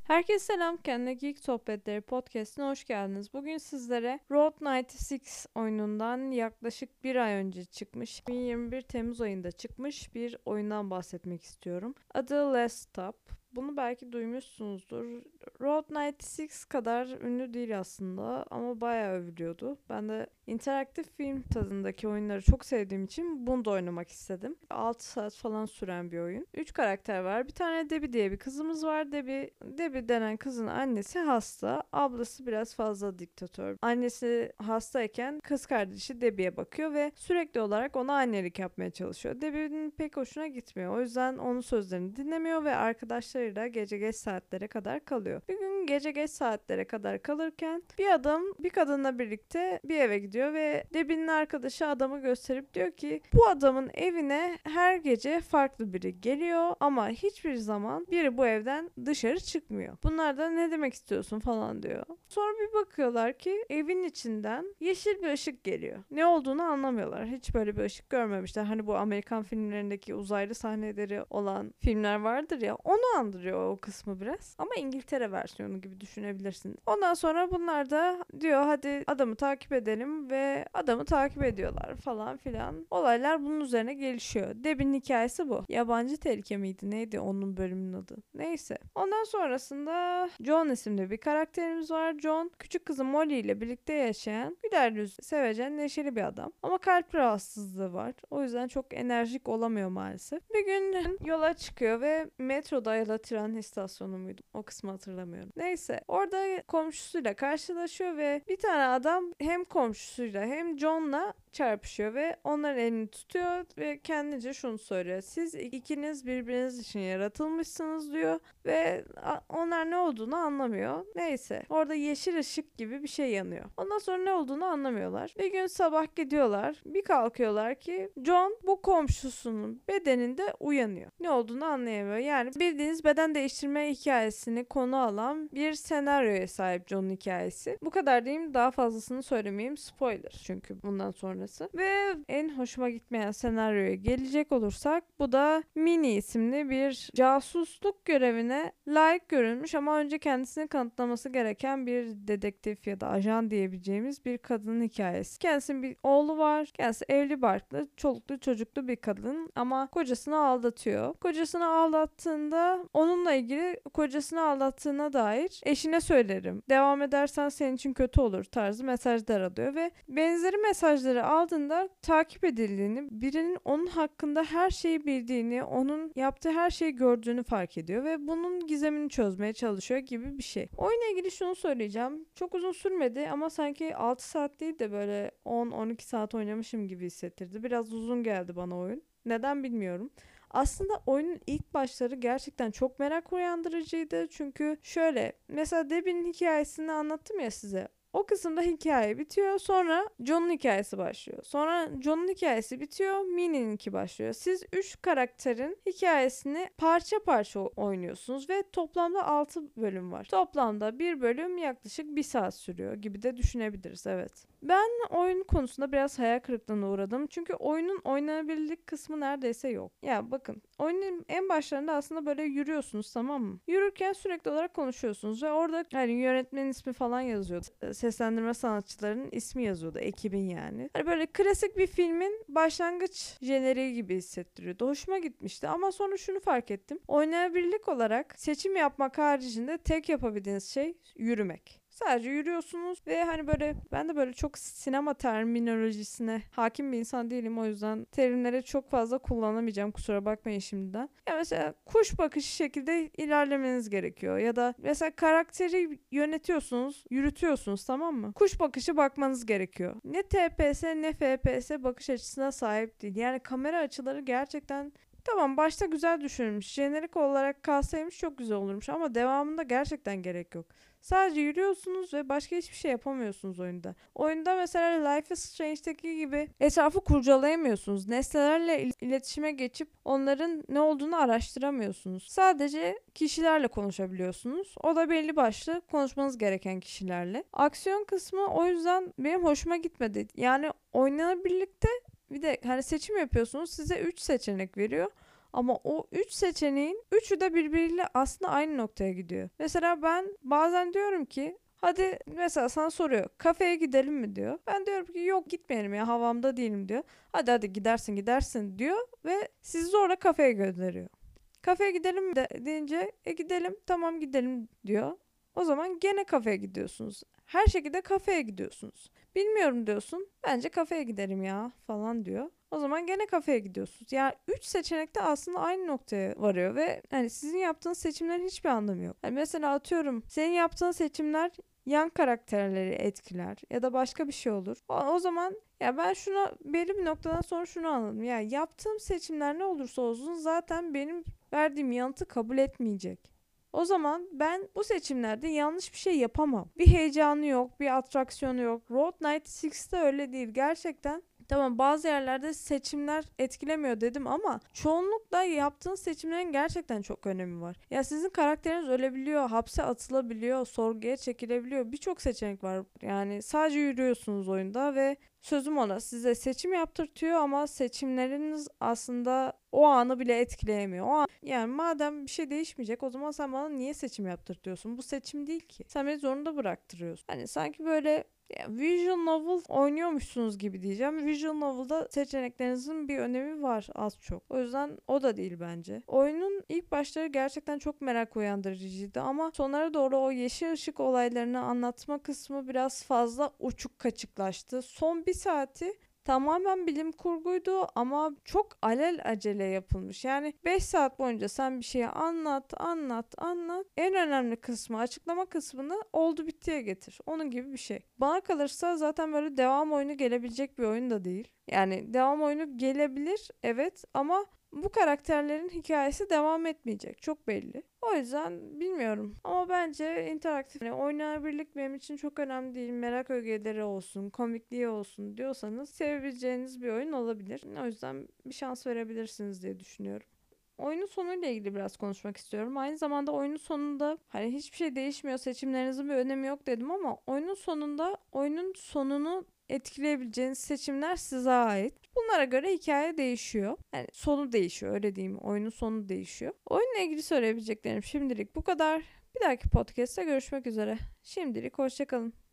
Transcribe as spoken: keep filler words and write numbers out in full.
Herkese selam, kendine Geek Sohbetleri podcastine hoş geldiniz. Bugün sizlere Road doksan altı oyunundan yaklaşık bir ay önce çıkmış, iki bin yirmi bir Temmuz ayında çıkmış bir oyundan bahsetmek istiyorum. Adı Last Stop. Bunu belki duymuşsunuzdur. Road doksan altı kadar ünlü değil aslında ama bayağı övülüyordu. Ben de interaktif film tadındaki oyunları çok sevdiğim için bunu da oynamak istedim. altı saat falan süren bir oyun. üç karakter var. Bir tane Debbie diye bir kızımız var. Debbie, Debbie denen kızın annesi hasta. Ablası biraz fazla diktatör. Annesi hastayken kız kardeşi Debbie'ye bakıyor ve sürekli olarak ona annelik yapmaya çalışıyor. Debbie'nin pek hoşuna gitmiyor. O yüzden onun sözlerini dinlemiyor ve arkadaşlarıyla gece geç saatlere kadar kalıyor. Bir gün gece geç saatlere kadar kalırken bir adam bir kadınla birlikte bir eve gidiyor ve Debbie'nin arkadaşı adamı gösterip diyor ki bu adamın evine her gece farklı biri geliyor ama hiçbir zaman biri bu evden dışarı çıkmıyor. Bunlar da ne demek istiyorsun falan diyor. Sonra bir bakıyorlar ki evin içinden yeşil bir ışık geliyor. Ne olduğunu anlamıyorlar. Hiç böyle bir ışık görmemişler. Hani bu Amerikan filmlerindeki uzaylı sahneleri olan filmler vardır ya, onu andırıyor o kısmı biraz. Ama İngiltere versiyonu gibi düşünebilirsiniz. Ondan sonra bunlar da diyor hadi adamı takip edelim ve adamı takip ediyorlar falan filan. Olaylar bunun üzerine gelişiyor. Debbie'nin hikayesi bu. Yabancı Tehlike miydi? Neydi onun bölümünün adı? Neyse. Ondan sonrasında John isimli bir karakterimiz var. John küçük kızı Molly ile birlikte yaşayan güler yüzlü, sevecen, neşeli bir adam. Ama kalp rahatsızlığı var. O yüzden çok enerjik olamıyor maalesef. Bir gün yola çıkıyor ve metroda ya da tren istasyonu muydu? O kısmı hatırlamıyorum. Neyse. Orada komşusuyla karşılaşıyor ve bir tane adam hem komşusuyla hem John'la çarpışıyor ve onların elini tutuyor ve kendince şunu söylüyor. Siz ikiniz birbiriniz için yaratılmışsınız diyor ve onlar ne olduğunu anlamıyor. Neyse. Orada yeşil ışık gibi bir şey yanıyor. Ondan sonra ne olduğunu anlamıyorlar. Bir gün sabah gidiyorlar. Bir kalkıyorlar ki John bu komşusunun bedeninde uyanıyor. Ne olduğunu anlayamıyor. Yani bildiğiniz beden değiştirme hikayesini konu alan bir senaryoya sahip John'un hikayesi. Bu kadar diyeyim, daha fazlasını söylemeyeyim. Spoiler çünkü bundan sonrası. Ve en hoşuma gitmeyen senaryoya gelecek olursak bu da Minnie isimli bir casusluk görevine layık görülmüş ama önce kendisini kanıtlaması gereken bir dedektif ya da ajan diyebileceğimiz bir kadının hikayesi. Kendisinin bir oğlu var. Kendisi evli barklı, çoluklu çocuklu bir kadın ama kocasını aldatıyor. Kocasını aldattığında onunla ilgili kocasını aldattığına dair eşine söylerim. Devam edersen senin için kötü olur tarzı mesajlar alıyor ve benzeri mesajları aldığında takip edildiğini, birinin onun hakkında her şeyi bildiğini, onun yaptığı her şeyi gördüğünü fark ediyor ve bunun gizemini çözmeye çalışıyor gibi bir şey. Oyunla ilgili şunu söyleyeceğim. Çok uzun sürmedi ama sanki altı saat değil de böyle on on iki saat oynamışım gibi hissettirdi. Biraz uzun geldi bana oyun. Neden bilmiyorum. Aslında oyunun ilk başları gerçekten çok merak uyandırıcıydı. Çünkü şöyle, mesela Debbie'nin hikayesini anlattım ya size. O kısımda hikaye bitiyor. Sonra John'un hikayesi başlıyor. Sonra John'un hikayesi bitiyor. Minnie'ninki başlıyor. Siz üç karakterin hikayesini parça parça oynuyorsunuz ve toplamda altı bölüm var. Toplamda bir bölüm yaklaşık bir saat sürüyor gibi de düşünebiliriz, evet. Ben oyun konusunda biraz hayal kırıklığına uğradım. Çünkü oyunun oynanabilirlik kısmı neredeyse yok. Ya bakın, oyunun en başlarında aslında böyle yürüyorsunuz, tamam mı? Yürürken sürekli olarak konuşuyorsunuz ve orada hani yönetmenin ismi falan yazıyordu. Seslendirme sanatçılarının ismi yazıyordu. Ekibin yani. Hani böyle klasik bir filmin başlangıç jeneriği gibi hissettiriyordu. Hoşuma gitmişti ama sonra şunu fark ettim. Oynayabilirlik olarak seçim yapmak haricinde tek yapabildiğiniz şey yürümek. Sadece yürüyorsunuz ve hani böyle, ben de böyle çok sinema terminolojisine hakim bir insan değilim, o yüzden terimleri çok fazla kullanamayacağım, kusura bakmayın şimdiden. Ya mesela kuş bakışı şekilde ilerlemeniz gerekiyor ya da mesela karakteri yönetiyorsunuz, yürütüyorsunuz, tamam mı? Kuş bakışı bakmanız gerekiyor. Ne T P S ne F P S bakış açısına sahip değil. Yani kamera açıları gerçekten, tamam, başta güzel düşünülmüş. Jenerik olarak kalsaymış çok güzel olurmuş ama devamında gerçekten gerek yok. Sadece yürüyorsunuz ve başka hiçbir şey yapamıyorsunuz oyunda. Oyunda mesela Life is Strange'deki gibi etrafı kurcalayamıyorsunuz. Nesnelerle il- iletişime geçip onların ne olduğunu araştıramıyorsunuz. Sadece kişilerle konuşabiliyorsunuz. O da belli başlı konuşmanız gereken kişilerle. Aksiyon kısmı o yüzden benim hoşuma gitmedi. Yani oynanabilirlikte bir de hani seçim yapıyorsunuz, size üç seçenek veriyor. Ama o üç seçeneğin üçü de birbiriyle aslında aynı noktaya gidiyor. Mesela ben bazen diyorum ki hadi mesela sana soruyor kafeye gidelim mi diyor. Ben diyorum ki yok gitmeyelim ya havamda değilim diyor. Hadi hadi gidersin gidersin diyor ve sizi zorla kafeye gönderiyor. Kafeye gidelim de deyince e gidelim tamam gidelim diyor. O zaman gene kafeye gidiyorsunuz. Her şekilde kafeye gidiyorsunuz. Bilmiyorum diyorsun. Bence kafeye gidelim ya falan diyor. O zaman gene kafeye gidiyorsunuz. Yani üç seçenek de aslında aynı noktaya varıyor ve hani sizin yaptığınız seçimlerin hiçbir anlamı yok. Yani mesela atıyorum senin yaptığın seçimler yan karakterleri etkiler ya da başka bir şey olur. O, o zaman ya ben şuna belli bir noktadan sonra şunu anladım. Ya yaptığım seçimler ne olursa olsun zaten benim verdiğim yanıtı kabul etmeyecek. O zaman ben bu seçimlerde yanlış bir şey yapamam. Bir heyecanı yok, bir atraksiyonu yok. Road doksan altıda öyle değil. Gerçekten tamam bazı yerlerde seçimler etkilemiyor dedim ama çoğunlukla yaptığın seçimlerin gerçekten çok önemi var. Ya sizin karakteriniz ölebiliyor, hapse atılabiliyor, sorguya çekilebiliyor. Birçok seçenek var. Yani sadece yürüyorsunuz oyunda ve sözüm ona size seçim yaptırtıyor ama seçimleriniz aslında o anı bile etkileyemiyor. O an, yani madem bir şey değişmeyecek o zaman sen bana niye seçim yaptırtıyorsun? Bu seçim değil ki. Sen beni zorunda bıraktırıyorsun. Hani sanki böyle ya, visual novel oynuyormuşsunuz gibi diyeceğim. Visual novel'da seçeneklerinizin bir önemi var az çok. O yüzden o da değil bence. Oyunun ilk başları gerçekten çok merak uyandırıcıydı ama sonlara doğru o yeşil ışık olaylarını anlatma kısmı biraz fazla uçuk kaçıklaştı. Son bir saati tamamen bilim kurguydu ama çok alel acele yapılmış. Yani beş saat boyunca sen bir şeyi anlat, anlat, anlat. En önemli kısmı, açıklama kısmını oldu bittiye getir. Onun gibi bir şey. Bana kalırsa zaten böyle devam oyunu gelebilecek bir oyun da değil. Yani devam oyunu gelebilir evet ama bu karakterlerin hikayesi devam etmeyecek. Çok belli. O yüzden bilmiyorum. Ama bence interaktif yani oynanabilirlik benim için çok önemli değil. Merak ögeleri olsun, komikliği olsun diyorsanız sevebileceğiniz bir oyun olabilir. O yüzden bir şans verebilirsiniz diye düşünüyorum. Oyunun sonuyla ilgili biraz konuşmak istiyorum. Aynı zamanda oyunun sonunda hani hiçbir şey değişmiyor, seçimlerinizin bir önemi yok dedim ama oyunun sonunda oyunun sonunu etkileyebileceğiniz seçimler size ait. Bunlara göre hikaye değişiyor. Yani sonu değişiyor öyle diyeyim. Oyunun sonu değişiyor. Oyunla ilgili söyleyebileceklerim şimdilik bu kadar. Bir dahaki podcast'te görüşmek üzere. Şimdilik hoşça kalın.